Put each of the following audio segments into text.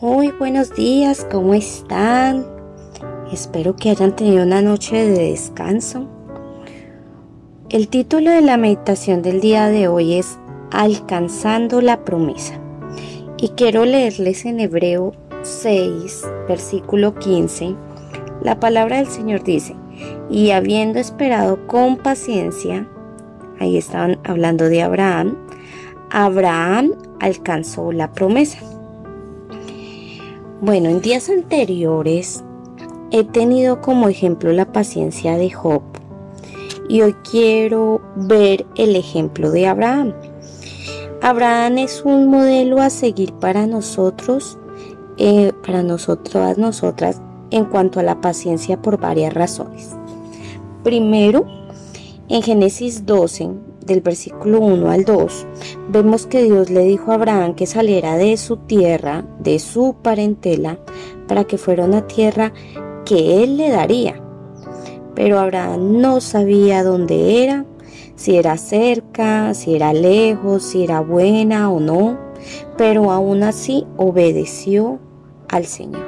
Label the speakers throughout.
Speaker 1: Muy buenos días, ¿cómo están? Espero que hayan tenido una noche de descanso. El título de la meditación del día de hoy es Alcanzando la promesa. Y quiero leerles en Hebreo 6, versículo 15. La palabra del Señor dice: y habiendo esperado con paciencia, ahí estaban hablando de Abraham, Abraham alcanzó la promesa. Bueno, en días anteriores he tenido como ejemplo la paciencia de Job y hoy quiero ver el ejemplo de Abraham. Abraham es un modelo a seguir para nosotras, en cuanto a la paciencia por varias razones. Primero, en Génesis 12, del versículo 1 al 2, vemos que Dios le dijo a Abraham que saliera de su tierra, de su parentela, para que fuera una tierra que él le daría. Pero Abraham no sabía dónde era, si era cerca, si era lejos, si era buena o no, pero aún así obedeció al Señor.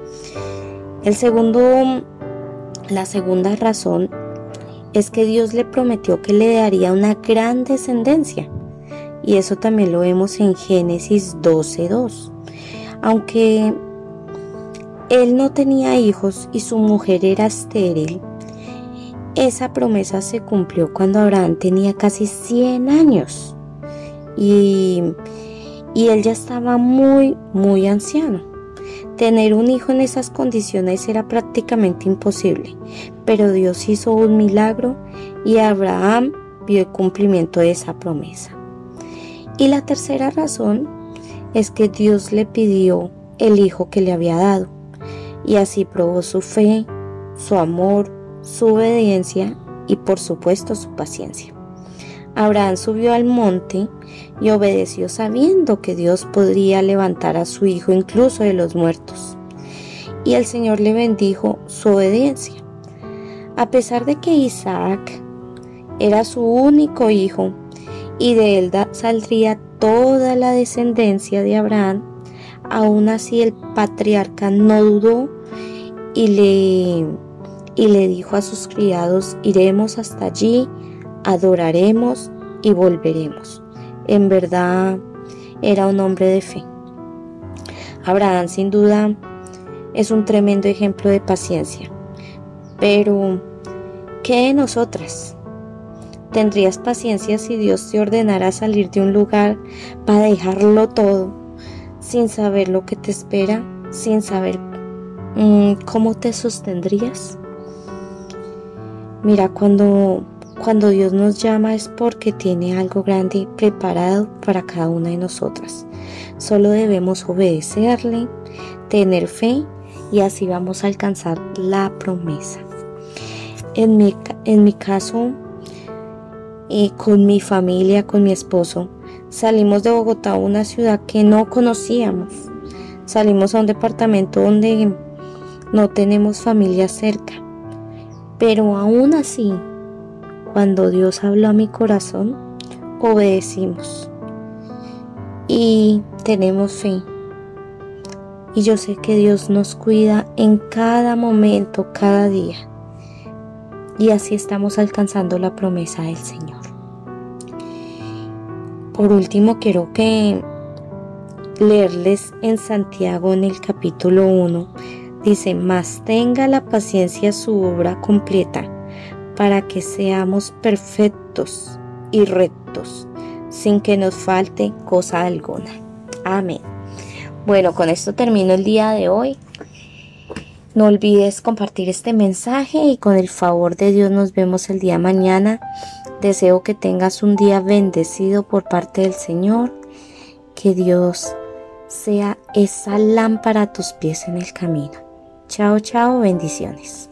Speaker 1: La segunda razón es que Dios le prometió que le daría una gran descendencia, y eso también lo vemos en Génesis 12:2. Aunque él no tenía hijos y su mujer era estéril, esa promesa se cumplió cuando Abraham tenía casi 100 años y él ya estaba muy anciano. Tener un hijo en esas condiciones era prácticamente imposible, pero Dios hizo un milagro y Abraham vio el cumplimiento de esa promesa. Y la tercera razón es que Dios le pidió el hijo que le había dado, y así probó su fe, su amor, su obediencia y por supuesto su paciencia. Abraham subió al monte y obedeció sabiendo que Dios podría levantar a su hijo incluso de los muertos. Y el Señor le bendijo su obediencia. A pesar de que Isaac era su único hijo y de él saldría toda la descendencia de Abraham, aún así el patriarca no dudó y le dijo a sus criados: iremos hasta allí, adoraremos y volveremos. En verdad era un hombre de fe. Abraham sin duda es un tremendo ejemplo de paciencia. Pero, ¿qué de nosotras? ¿Tendrías paciencia si Dios te ordenara salir de un lugar para dejarlo todo, sin saber lo que te espera, sin saber cómo te sostendrías? Mira, cuando Dios nos llama es porque tiene algo grande preparado para cada una de nosotras. Solo debemos obedecerle, tener fe, y así vamos a alcanzar la promesa. En mi caso, con mi familia, con mi esposo, salimos de Bogotá, una ciudad que no conocíamos. Salimos a un departamento donde no tenemos familia cerca. Pero aún así, cuando Dios habló a mi corazón, obedecimos y tenemos fe. Y yo sé que Dios nos cuida en cada momento, cada día. Y así estamos alcanzando la promesa del Señor. Por último, quiero leerles en Santiago, en el capítulo 1. Dice: mas tenga la paciencia su obra completa, para que seamos perfectos y rectos, sin que nos falte cosa alguna. Amén. Bueno, con esto termino el día de hoy. No olvides compartir este mensaje y con el favor de Dios nos vemos el día mañana. Deseo que tengas un día bendecido por parte del Señor. Que Dios sea esa lámpara a tus pies en el camino. Chao, chao, bendiciones.